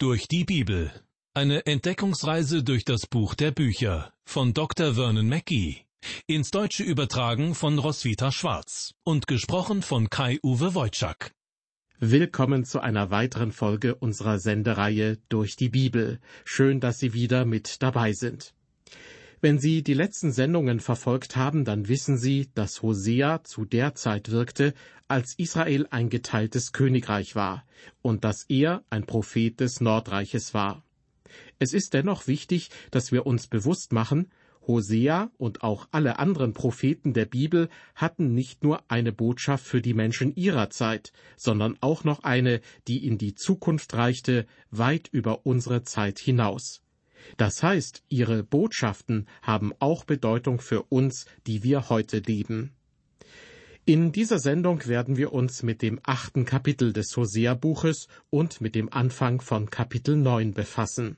Durch die Bibel. Eine Entdeckungsreise durch das Buch der Bücher von Dr. Vernon Mackey. Ins Deutsche übertragen von Roswitha Schwarz und gesprochen von Kai-Uwe Wojczak. Willkommen zu einer weiteren Folge unserer Sendereihe Durch die Bibel. Schön, dass Sie wieder mit dabei sind. Wenn Sie die letzten Sendungen verfolgt haben, dann wissen Sie, dass Hosea zu der Zeit wirkte, als Israel ein geteiltes Königreich war und dass er ein Prophet des Nordreiches war. Es ist dennoch wichtig, dass wir uns bewusst machen, Hosea und auch alle anderen Propheten der Bibel hatten nicht nur eine Botschaft für die Menschen ihrer Zeit, sondern auch noch eine, die in die Zukunft reichte, weit über unsere Zeit hinaus. Das heißt, ihre Botschaften haben auch Bedeutung für uns, die wir heute leben. In dieser Sendung werden wir uns mit dem 8. Kapitel des Hosea-Buches und mit dem Anfang von Kapitel 9 befassen.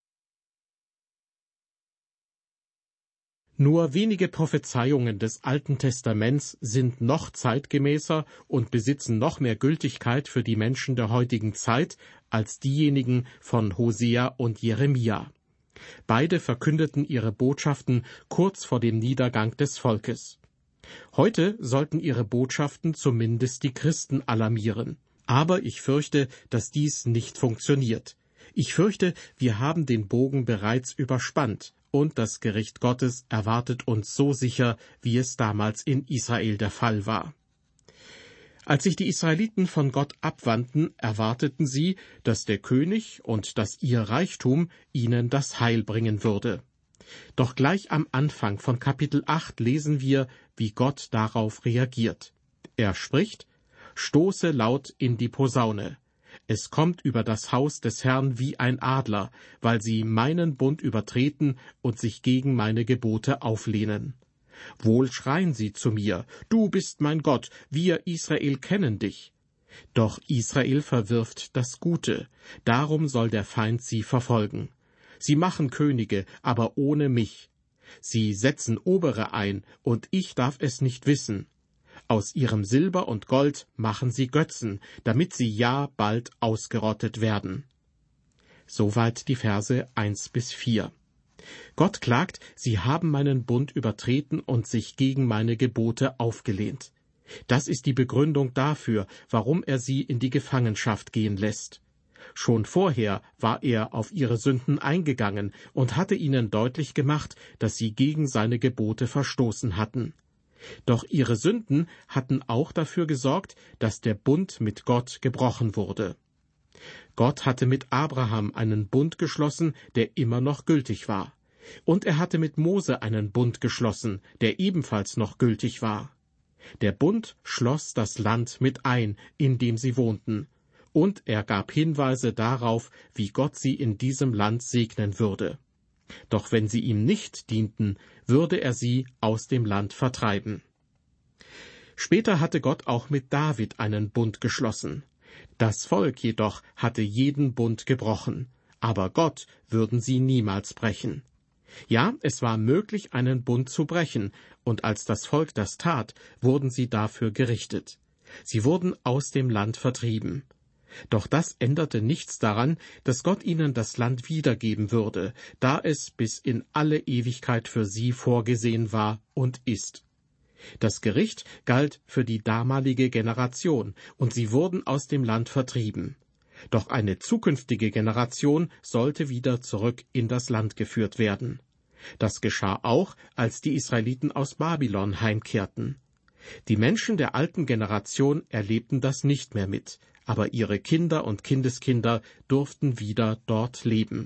Nur wenige Prophezeiungen des Alten Testaments sind noch zeitgemäßer und besitzen noch mehr Gültigkeit für die Menschen der heutigen Zeit als diejenigen von Hosea und Jeremia. Beide verkündeten ihre Botschaften kurz vor dem Niedergang des Volkes. Heute sollten ihre Botschaften zumindest die Christen alarmieren. Aber ich fürchte, dass dies nicht funktioniert. Ich fürchte, wir haben den Bogen bereits überspannt und das Gericht Gottes erwartet uns so sicher, wie es damals in Israel der Fall war. Als sich die Israeliten von Gott abwandten, erwarteten sie, dass der König und dass ihr Reichtum ihnen das Heil bringen würde. Doch gleich am Anfang von Kapitel 8 lesen wir, wie Gott darauf reagiert. Er spricht: »Stoße laut in die Posaune. Es kommt über das Haus des Herrn wie ein Adler, weil sie meinen Bund übertreten und sich gegen meine Gebote auflehnen. Wohl schreien sie zu mir, du bist mein Gott, wir Israel kennen dich. Doch Israel verwirft das Gute, darum soll der Feind sie verfolgen. Sie machen Könige, aber ohne mich. Sie setzen Obere ein, und ich darf es nicht wissen. Aus ihrem Silber und Gold machen sie Götzen, damit sie ja bald ausgerottet werden.« Soweit die Verse 1-4. Gott klagt, sie haben meinen Bund übertreten und sich gegen meine Gebote aufgelehnt. Das ist die Begründung dafür, warum er sie in die Gefangenschaft gehen lässt. Schon vorher war er auf ihre Sünden eingegangen und hatte ihnen deutlich gemacht, dass sie gegen seine Gebote verstoßen hatten. Doch ihre Sünden hatten auch dafür gesorgt, dass der Bund mit Gott gebrochen wurde. Gott hatte mit Abraham einen Bund geschlossen, der immer noch gültig war. Und er hatte mit Mose einen Bund geschlossen, der ebenfalls noch gültig war. Der Bund schloss das Land mit ein, in dem sie wohnten. Und er gab Hinweise darauf, wie Gott sie in diesem Land segnen würde. Doch wenn sie ihm nicht dienten, würde er sie aus dem Land vertreiben. Später hatte Gott auch mit David einen Bund geschlossen. Das Volk jedoch hatte jeden Bund gebrochen, aber Gott würden sie niemals brechen. Ja, es war möglich, einen Bund zu brechen, und als das Volk das tat, wurden sie dafür gerichtet. Sie wurden aus dem Land vertrieben. Doch das änderte nichts daran, dass Gott ihnen das Land wiedergeben würde, da es bis in alle Ewigkeit für sie vorgesehen war und ist. Das Gericht galt für die damalige Generation, und sie wurden aus dem Land vertrieben. Doch eine zukünftige Generation sollte wieder zurück in das Land geführt werden. Das geschah auch, als die Israeliten aus Babylon heimkehrten. Die Menschen der alten Generation erlebten das nicht mehr mit, aber ihre Kinder und Kindeskinder durften wieder dort leben.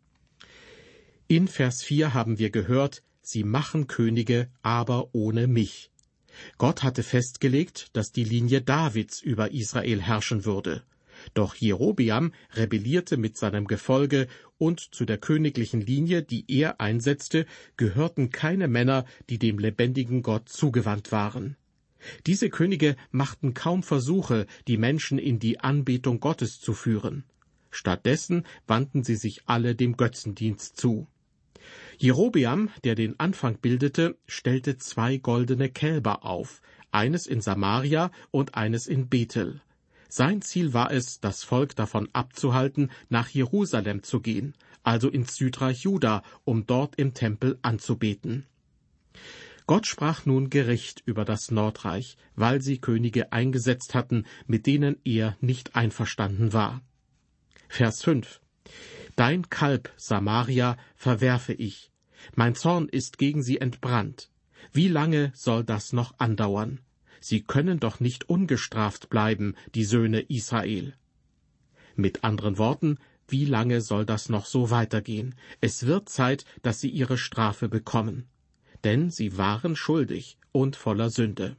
In Vers 4 haben wir gehört, sie machen Könige, aber ohne mich. Gott hatte festgelegt, dass die Linie Davids über Israel herrschen würde. Doch Jerobeam rebellierte mit seinem Gefolge, und zu der königlichen Linie, die er einsetzte, gehörten keine Männer, die dem lebendigen Gott zugewandt waren. Diese Könige machten kaum Versuche, die Menschen in die Anbetung Gottes zu führen. Stattdessen wandten sie sich alle dem Götzendienst zu. Jerobeam, der den Anfang bildete, stellte 2 goldene Kälber auf, eines in Samaria und eines in Bethel. Sein Ziel war es, das Volk davon abzuhalten, nach Jerusalem zu gehen, also ins Südreich Juda, um dort im Tempel anzubeten. Gott sprach nun Gericht über das Nordreich, weil sie Könige eingesetzt hatten, mit denen er nicht einverstanden war. Vers 5: Dein Kalb, Samaria, verwerfe ich. Mein Zorn ist gegen sie entbrannt. Wie lange soll das noch andauern? Sie können doch nicht ungestraft bleiben, die Söhne Israel. Mit anderen Worten, wie lange soll das noch so weitergehen? Es wird Zeit, dass sie ihre Strafe bekommen. Denn sie waren schuldig und voller Sünde.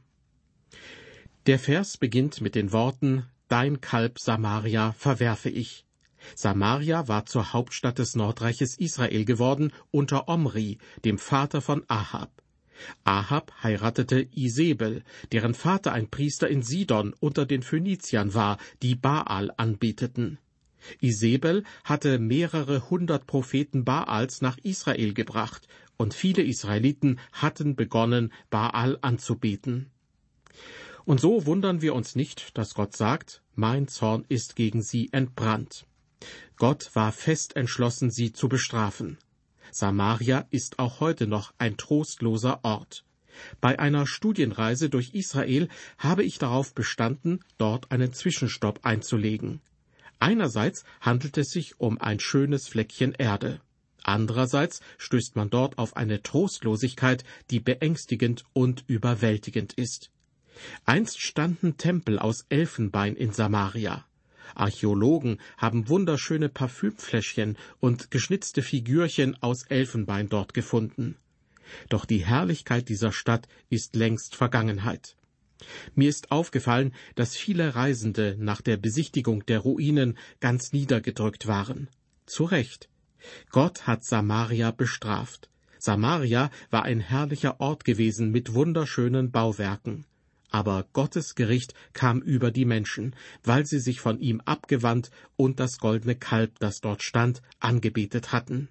Der Vers beginnt mit den Worten: Dein Kalb Samaria verwerfe ich. Samaria war zur Hauptstadt des Nordreiches Israel geworden unter Omri, dem Vater von Ahab. Ahab heiratete Isebel, deren Vater ein Priester in Sidon unter den Phöniziern war, die Baal anbeteten. Isebel hatte mehrere 100 Propheten Baals nach Israel gebracht, und viele Israeliten hatten begonnen, Baal anzubeten. Und so wundern wir uns nicht, dass Gott sagt: Mein Zorn ist gegen sie entbrannt. Gott war fest entschlossen, sie zu bestrafen. Samaria ist auch heute noch ein trostloser Ort. Bei einer Studienreise durch Israel habe ich darauf bestanden, dort einen Zwischenstopp einzulegen. Einerseits handelt es sich um ein schönes Fleckchen Erde. Andererseits stößt man dort auf eine Trostlosigkeit, die beängstigend und überwältigend ist. Einst standen Tempel aus Elfenbein in Samaria. Archäologen haben wunderschöne Parfümfläschchen und geschnitzte Figürchen aus Elfenbein dort gefunden. Doch die Herrlichkeit dieser Stadt ist längst Vergangenheit. Mir ist aufgefallen, dass viele Reisende nach der Besichtigung der Ruinen ganz niedergedrückt waren. Zu Recht. Gott hat Samaria bestraft. Samaria war ein herrlicher Ort gewesen mit wunderschönen Bauwerken. Aber Gottes Gericht kam über die Menschen, weil sie sich von ihm abgewandt und das goldene Kalb, das dort stand, angebetet hatten.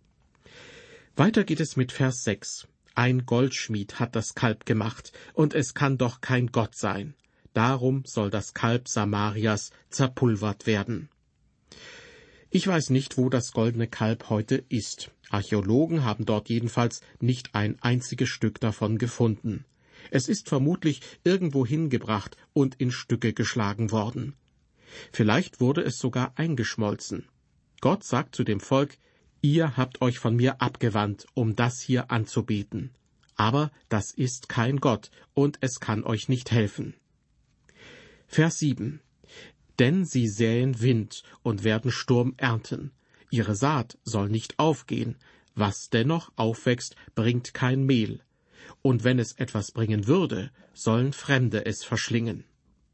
Weiter geht es mit Vers 6. Ein Goldschmied hat das Kalb gemacht, und es kann doch kein Gott sein. Darum soll das Kalb Samarias zerpulvert werden. Ich weiß nicht, wo das goldene Kalb heute ist. Archäologen haben dort jedenfalls nicht ein einziges Stück davon gefunden. Es ist vermutlich irgendwo hingebracht und in Stücke geschlagen worden. Vielleicht wurde es sogar eingeschmolzen. Gott sagt zu dem Volk: Ihr habt euch von mir abgewandt, um das hier anzubeten. Aber das ist kein Gott, und es kann euch nicht helfen. Vers 7. Denn sie säen Wind und werden Sturm ernten. Ihre Saat soll nicht aufgehen. Was dennoch aufwächst, bringt kein Mehl. Und wenn es etwas bringen würde, sollen Fremde es verschlingen.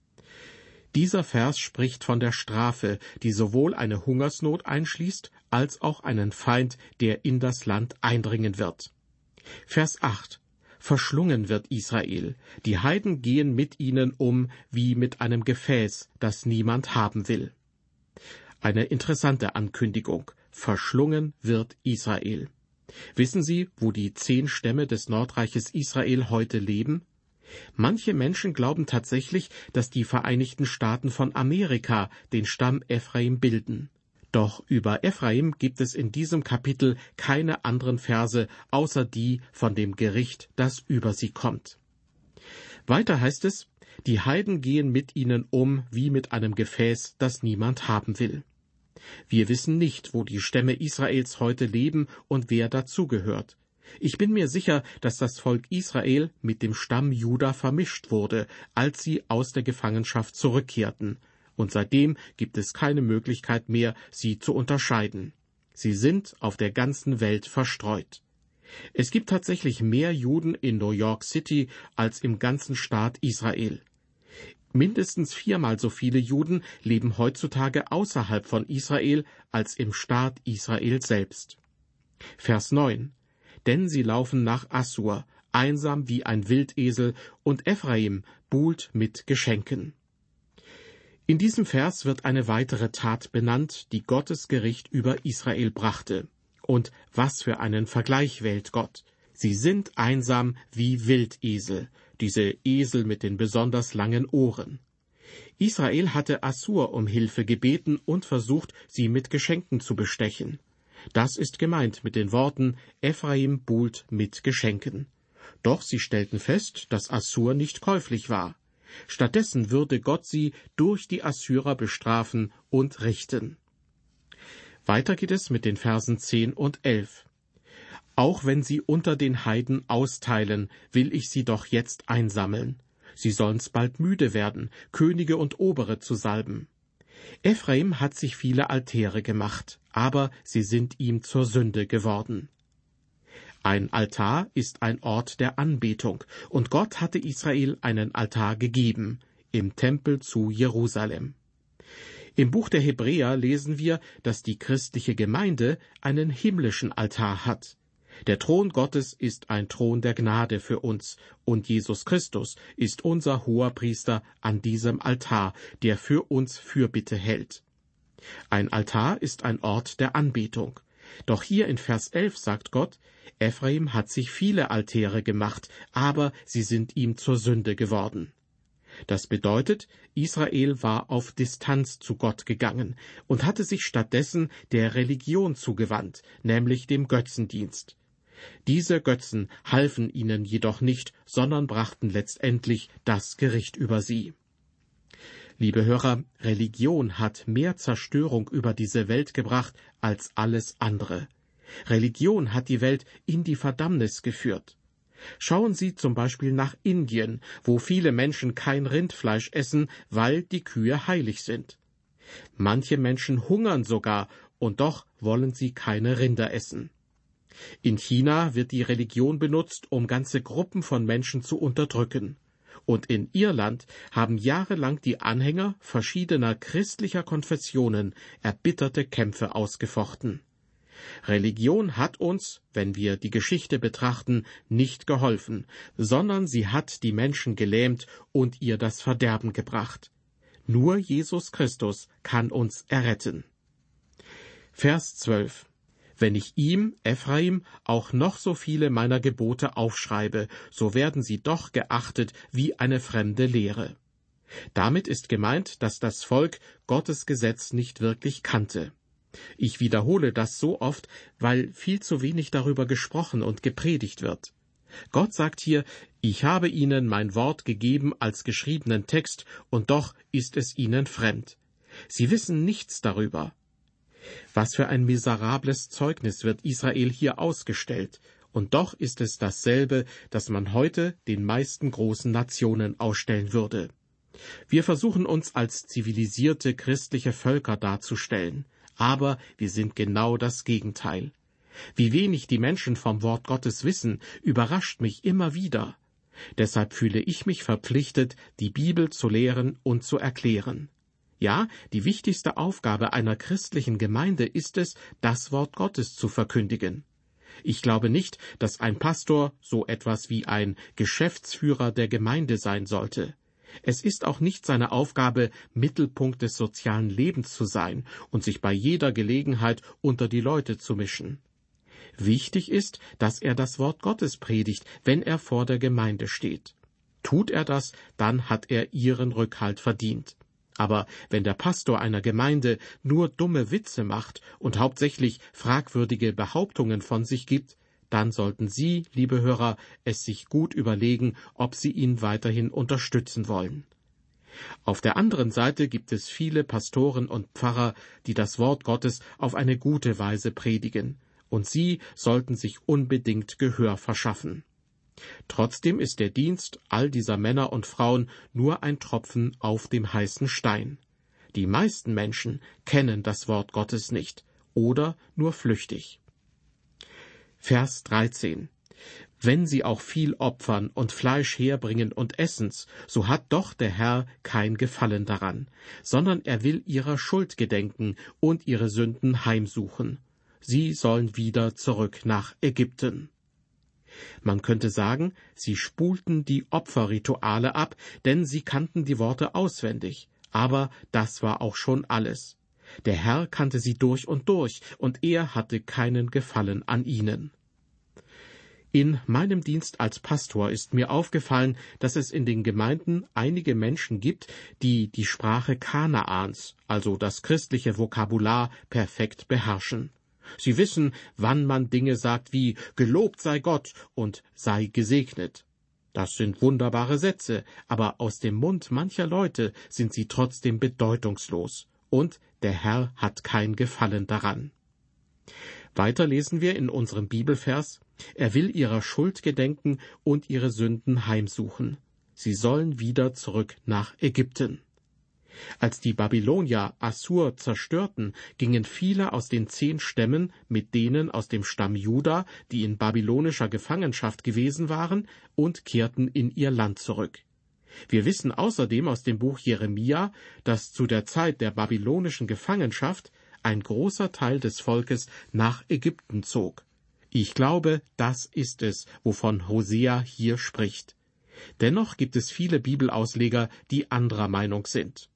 Dieser Vers spricht von der Strafe, die sowohl eine Hungersnot einschließt, als auch einen Feind, der in das Land eindringen wird. Vers 8. Verschlungen wird Israel. Die Heiden gehen mit ihnen um wie mit einem Gefäß, das niemand haben will. Eine interessante Ankündigung. Verschlungen wird Israel. Wissen Sie, wo die 10 Stämme des Nordreiches Israel heute leben? Manche Menschen glauben tatsächlich, dass die Vereinigten Staaten von Amerika den Stamm Ephraim bilden. Doch über Ephraim gibt es in diesem Kapitel keine anderen Verse, außer die von dem Gericht, das über sie kommt. Weiter heißt es: Die Heiden gehen mit ihnen um wie mit einem Gefäß, das niemand haben will. Wir wissen nicht, wo die Stämme Israels heute leben und wer dazugehört. Ich bin mir sicher, dass das Volk Israel mit dem Stamm Juda vermischt wurde, als sie aus der Gefangenschaft zurückkehrten. Und seitdem gibt es keine Möglichkeit mehr, sie zu unterscheiden. Sie sind auf der ganzen Welt verstreut. Es gibt tatsächlich mehr Juden in New York City als im ganzen Staat Israel. Mindestens 4-mal so viele Juden leben heutzutage außerhalb von Israel als im Staat Israel selbst. Vers 9. Denn sie laufen nach Assur, einsam wie ein Wildesel, und Ephraim buhlt mit Geschenken. In diesem Vers wird eine weitere Tat benannt, die Gottes Gericht über Israel brachte. Und was für einen Vergleich wählt Gott. Sie sind einsam wie Wildesel, diese Esel mit den besonders langen Ohren. Israel hatte Assur um Hilfe gebeten und versucht, sie mit Geschenken zu bestechen. Das ist gemeint mit den Worten, Ephraim buhlt mit Geschenken. Doch sie stellten fest, dass Assur nicht käuflich war. Stattdessen würde Gott sie durch die Assyrer bestrafen und richten. Weiter geht es mit den Versen 10 und 11. Auch wenn sie unter den Heiden austeilen, will ich sie doch jetzt einsammeln. Sie sollen's bald müde werden, Könige und Obere zu salben. Ephraim hat sich viele Altäre gemacht, aber sie sind ihm zur Sünde geworden. Ein Altar ist ein Ort der Anbetung, und Gott hatte Israel einen Altar gegeben, im Tempel zu Jerusalem. Im Buch der Hebräer lesen wir, dass die christliche Gemeinde einen himmlischen Altar hat. Der Thron Gottes ist ein Thron der Gnade für uns, und Jesus Christus ist unser Hoherpriester an diesem Altar, der für uns Fürbitte hält. Ein Altar ist ein Ort der Anbetung. Doch hier in Vers 11 sagt Gott, Ephraim hat sich viele Altäre gemacht, aber sie sind ihm zur Sünde geworden. Das bedeutet, Israel war auf Distanz zu Gott gegangen und hatte sich stattdessen der Religion zugewandt, nämlich dem Götzendienst. Diese Götzen halfen ihnen jedoch nicht, sondern brachten letztendlich das Gericht über sie. Liebe Hörer, Religion hat mehr Zerstörung über diese Welt gebracht als alles andere. Religion hat die Welt in die Verdammnis geführt. Schauen Sie zum Beispiel nach Indien, wo viele Menschen kein Rindfleisch essen, weil die Kühe heilig sind. Manche Menschen hungern sogar, und doch wollen sie keine Rinder essen. In China wird die Religion benutzt, um ganze Gruppen von Menschen zu unterdrücken. Und in Irland haben jahrelang die Anhänger verschiedener christlicher Konfessionen erbitterte Kämpfe ausgefochten. Religion hat uns, wenn wir die Geschichte betrachten, nicht geholfen, sondern sie hat die Menschen gelähmt und ihr das Verderben gebracht. Nur Jesus Christus kann uns erretten. Vers 12. Wenn ich ihm, Ephraim, auch noch so viele meiner Gebote aufschreibe, so werden sie doch geachtet wie eine fremde Lehre. Damit ist gemeint, dass das Volk Gottes Gesetz nicht wirklich kannte. Ich wiederhole das so oft, weil viel zu wenig darüber gesprochen und gepredigt wird. Gott sagt hier, ich habe ihnen mein Wort gegeben als geschriebenen Text, und doch ist es ihnen fremd. Sie wissen nichts darüber. Was für ein miserables Zeugnis wird Israel hier ausgestellt, und doch ist es dasselbe, das man heute den meisten großen Nationen ausstellen würde. Wir versuchen uns als zivilisierte christliche Völker darzustellen, aber wir sind genau das Gegenteil. Wie wenig die Menschen vom Wort Gottes wissen, überrascht mich immer wieder. Deshalb fühle ich mich verpflichtet, die Bibel zu lehren und zu erklären. Ja, die wichtigste Aufgabe einer christlichen Gemeinde ist es, das Wort Gottes zu verkündigen. Ich glaube nicht, dass ein Pastor so etwas wie ein Geschäftsführer der Gemeinde sein sollte. Es ist auch nicht seine Aufgabe, Mittelpunkt des sozialen Lebens zu sein und sich bei jeder Gelegenheit unter die Leute zu mischen. Wichtig ist, dass er das Wort Gottes predigt, wenn er vor der Gemeinde steht. Tut er das, dann hat er ihren Rückhalt verdient. Aber wenn der Pastor einer Gemeinde nur dumme Witze macht und hauptsächlich fragwürdige Behauptungen von sich gibt, dann sollten Sie, liebe Hörer, es sich gut überlegen, ob Sie ihn weiterhin unterstützen wollen. Auf der anderen Seite gibt es viele Pastoren und Pfarrer, die das Wort Gottes auf eine gute Weise predigen, und Sie sollten sich unbedingt Gehör verschaffen. Trotzdem ist der Dienst all dieser Männer und Frauen nur ein Tropfen auf dem heißen Stein. Die meisten Menschen kennen das Wort Gottes nicht oder nur flüchtig. Vers 13. Wenn sie auch viel opfern und Fleisch herbringen und essen's, so hat doch der Herr kein Gefallen daran, sondern er will ihrer Schuld gedenken und ihre Sünden heimsuchen. Sie sollen wieder zurück nach Ägypten. Man könnte sagen, sie spulten die Opferrituale ab, denn sie kannten die Worte auswendig. Aber das war auch schon alles. Der Herr kannte sie durch, und er hatte keinen Gefallen an ihnen. In meinem Dienst als Pastor ist mir aufgefallen, dass es in den Gemeinden einige Menschen gibt, die die Sprache Kanaans, also das christliche Vokabular, perfekt beherrschen. Sie wissen, wann man Dinge sagt wie »Gelobt sei Gott« und »sei gesegnet«. Das sind wunderbare Sätze, aber aus dem Mund mancher Leute sind sie trotzdem bedeutungslos, und der Herr hat kein Gefallen daran. Weiter lesen wir in unserem Bibelvers: Er will ihrer Schuld gedenken und ihre Sünden heimsuchen. Sie sollen wieder zurück nach Ägypten. Als die Babylonier Assur zerstörten, gingen viele aus den 10 Stämmen mit denen aus dem Stamm Juda, die in babylonischer Gefangenschaft gewesen waren, und kehrten in ihr Land zurück. Wir wissen außerdem aus dem Buch Jeremia, dass zu der Zeit der babylonischen Gefangenschaft ein großer Teil des Volkes nach Ägypten zog. Ich glaube, das ist es, wovon Hosea hier spricht. Dennoch gibt es viele Bibelausleger, die anderer Meinung sind.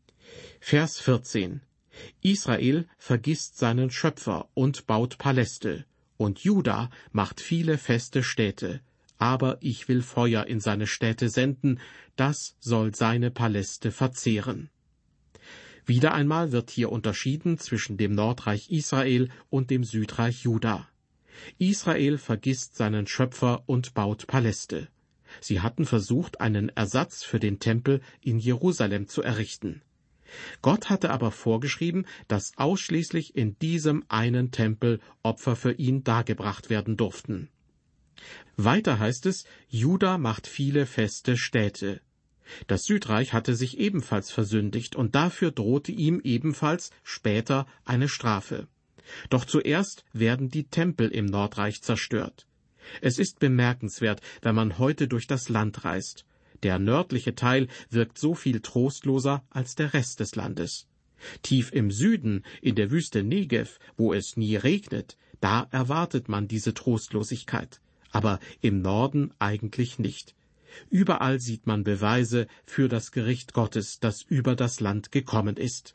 Vers 14: Israel vergisst seinen Schöpfer und baut Paläste, und Juda macht viele feste Städte. Aber ich will Feuer in seine Städte senden, das soll seine Paläste verzehren. Wieder einmal wird hier unterschieden zwischen dem Nordreich Israel und dem Südreich Juda. Israel vergisst seinen Schöpfer und baut Paläste. Sie hatten versucht, einen Ersatz für den Tempel in Jerusalem zu errichten. Gott hatte aber vorgeschrieben, dass ausschließlich in diesem einen Tempel Opfer für ihn dargebracht werden durften. Weiter heißt es, Juda macht viele feste Städte. Das Südreich hatte sich ebenfalls versündigt, und dafür drohte ihm ebenfalls später eine Strafe. Doch zuerst werden die Tempel im Nordreich zerstört. Es ist bemerkenswert, wenn man heute durch das Land reist. Der nördliche Teil wirkt so viel trostloser als der Rest des Landes. Tief im Süden, in der Wüste Negev, wo es nie regnet, da erwartet man diese Trostlosigkeit. Aber im Norden eigentlich nicht. Überall sieht man Beweise für das Gericht Gottes, das über das Land gekommen ist.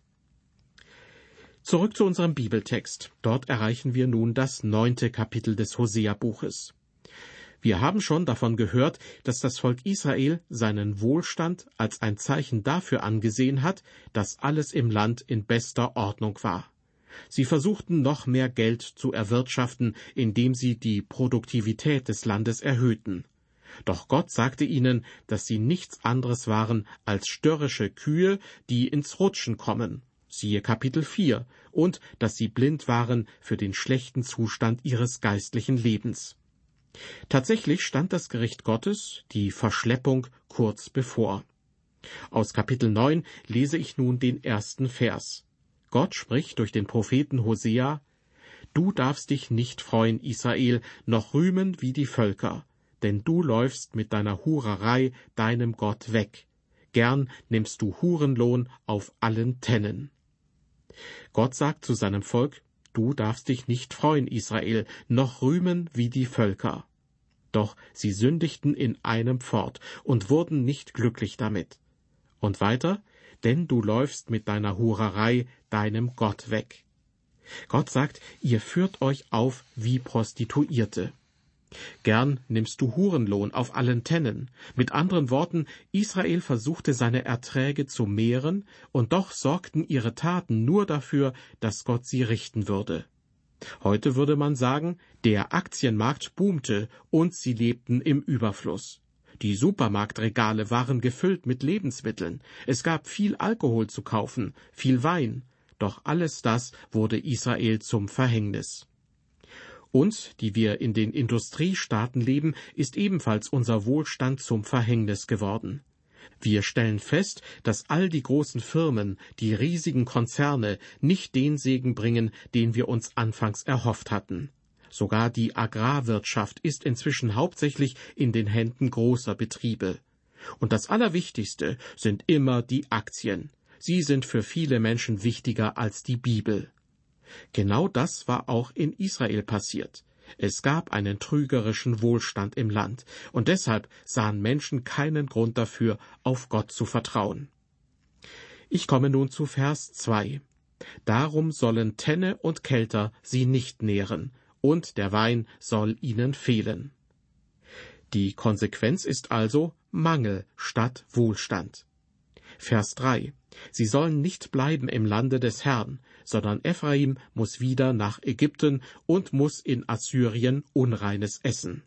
Zurück zu unserem Bibeltext. Dort erreichen wir nun das 9. Kapitel des Hosea-Buches. Wir haben schon davon gehört, dass das Volk Israel seinen Wohlstand als ein Zeichen dafür angesehen hat, dass alles im Land in bester Ordnung war. Sie versuchten noch mehr Geld zu erwirtschaften, indem sie die Produktivität des Landes erhöhten. Doch Gott sagte ihnen, dass sie nichts anderes waren als störrische Kühe, die ins Rutschen kommen. Siehe Kapitel 4, und dass sie blind waren für den schlechten Zustand ihres geistlichen Lebens. Tatsächlich stand das Gericht Gottes, die Verschleppung, kurz bevor. Aus Kapitel 9 lese ich nun den 1. Vers. Gott spricht durch den Propheten Hosea: Du darfst dich nicht freuen, Israel, noch rühmen wie die Völker, denn du läufst mit deiner Hurerei deinem Gott weg. Gern nimmst du Hurenlohn auf allen Tennen. Gott sagt zu seinem Volk: Du darfst dich nicht freuen, Israel, noch rühmen wie die Völker. Doch sie sündigten in einem fort und wurden nicht glücklich damit. Und weiter: Denn du läufst mit deiner Hurerei deinem Gott weg. Gott sagt, ihr führt euch auf wie Prostituierte. Gern nimmst du Hurenlohn auf allen Tennen. Mit anderen Worten, Israel versuchte seine Erträge zu mehren, und doch sorgten ihre Taten nur dafür, dass Gott sie richten würde. Heute würde man sagen, der Aktienmarkt boomte und sie lebten im Überfluss. Die Supermarktregale waren gefüllt mit Lebensmitteln. Es gab viel Alkohol zu kaufen, viel Wein. Doch alles das wurde Israel zum Verhängnis. Uns, die wir in den Industriestaaten leben, ist ebenfalls unser Wohlstand zum Verhängnis geworden. Wir stellen fest, dass all die großen Firmen, die riesigen Konzerne, nicht den Segen bringen, den wir uns anfangs erhofft hatten. Sogar die Agrarwirtschaft ist inzwischen hauptsächlich in den Händen großer Betriebe. Und das Allerwichtigste sind immer die Aktien. Sie sind für viele Menschen wichtiger als die Bibel. Genau das war auch in Israel passiert. Es gab einen trügerischen Wohlstand im Land, und deshalb sahen Menschen keinen Grund dafür, auf Gott zu vertrauen. Ich komme nun zu Vers 2. Darum sollen Tenne und Kelter sie nicht nähren, und der Wein soll ihnen fehlen. Die Konsequenz ist also Mangel statt Wohlstand. Vers 3: Sie sollen nicht bleiben im Lande des Herrn, sondern Ephraim muss wieder nach Ägypten und muss in Assyrien Unreines essen.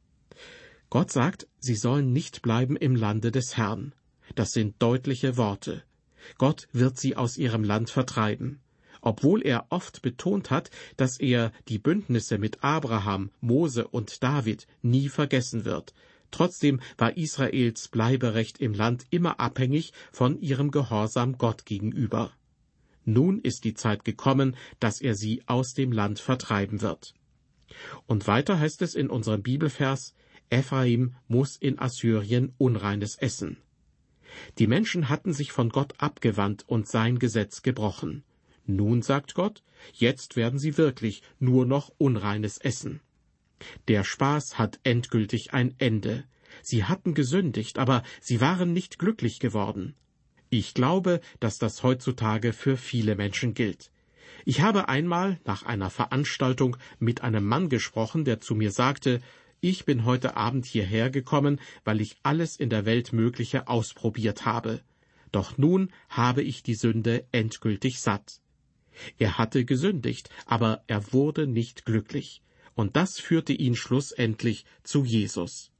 Gott sagt, sie sollen nicht bleiben im Lande des Herrn. Das sind deutliche Worte. Gott wird sie aus ihrem Land vertreiben. Obwohl er oft betont hat, dass er die Bündnisse mit Abraham, Mose und David nie vergessen wird, trotzdem war Israels Bleiberecht im Land immer abhängig von ihrem Gehorsam Gott gegenüber. Nun ist die Zeit gekommen, dass er sie aus dem Land vertreiben wird. Und weiter heißt es in unserem Bibelvers, Ephraim muss in Assyrien Unreines essen. Die Menschen hatten sich von Gott abgewandt und sein Gesetz gebrochen. Nun sagt Gott, jetzt werden sie wirklich nur noch Unreines essen. Der Spaß hat endgültig ein Ende. Sie hatten gesündigt, aber sie waren nicht glücklich geworden. Ich glaube, dass das heutzutage für viele Menschen gilt. Ich habe einmal nach einer Veranstaltung mit einem Mann gesprochen, der zu mir sagte, ich bin heute Abend hierher gekommen, weil ich alles in der Welt Mögliche ausprobiert habe. Doch nun habe ich die Sünde endgültig satt. Er hatte gesündigt, aber er wurde nicht glücklich. Und das führte ihn schlussendlich zu Jesus.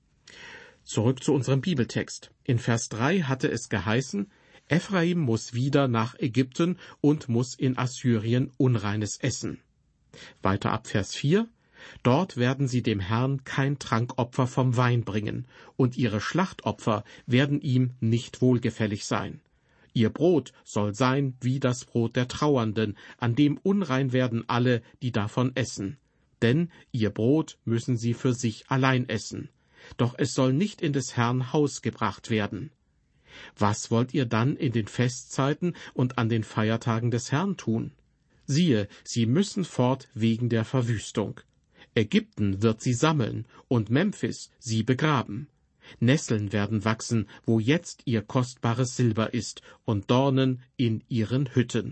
Zurück zu unserem Bibeltext. In Vers 3 hatte es geheißen, Ephraim muss wieder nach Ägypten und muss in Assyrien Unreines essen. Weiter ab Vers 4. Dort werden sie dem Herrn kein Trankopfer vom Wein bringen, und ihre Schlachtopfer werden ihm nicht wohlgefällig sein. Ihr Brot soll sein wie das Brot der Trauernden, an dem unrein werden alle, die davon essen. Denn ihr Brot müssen sie für sich allein essen. Doch es soll nicht in des Herrn Haus gebracht werden. Was wollt ihr dann in den Festzeiten und an den Feiertagen des Herrn tun? Siehe, sie müssen fort wegen der Verwüstung. Ägypten wird sie sammeln und Memphis sie begraben. Nesseln werden wachsen, wo jetzt ihr kostbares Silber ist, und Dornen in ihren Hütten.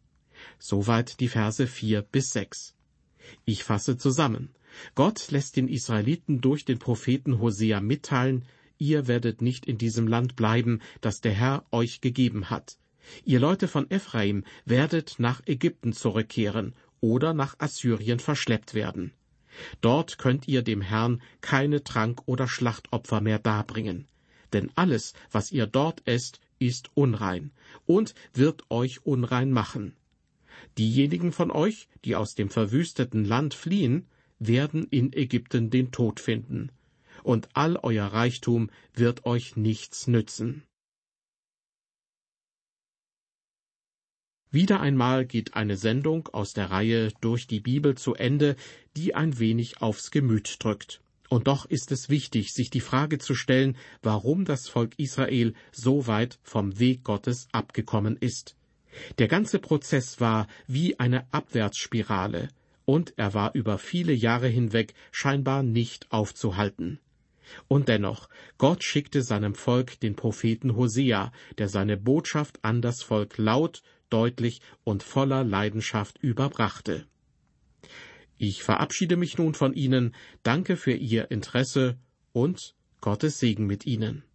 Soweit die Verse 4-6. Ich fasse zusammen. Gott lässt den Israeliten durch den Propheten Hosea mitteilen, ihr werdet nicht in diesem Land bleiben, das der Herr euch gegeben hat. Ihr Leute von Ephraim werdet nach Ägypten zurückkehren oder nach Assyrien verschleppt werden. Dort könnt ihr dem Herrn keine Trank- oder Schlachtopfer mehr darbringen. Denn alles, was ihr dort esst, ist unrein und wird euch unrein machen. Diejenigen von euch, die aus dem verwüsteten Land fliehen, werden in Ägypten den Tod finden. Und all euer Reichtum wird euch nichts nützen. Wieder einmal geht eine Sendung aus der Reihe Durch die Bibel zu Ende, die ein wenig aufs Gemüt drückt. Und doch ist es wichtig, sich die Frage zu stellen, warum das Volk Israel so weit vom Weg Gottes abgekommen ist. Der ganze Prozess war wie eine Abwärtsspirale, und er war über viele Jahre hinweg scheinbar nicht aufzuhalten. Und dennoch, Gott schickte seinem Volk den Propheten Hosea, der seine Botschaft an das Volk laut, deutlich und voller Leidenschaft überbrachte. Ich verabschiede mich nun von Ihnen, danke für Ihr Interesse und Gottes Segen mit Ihnen.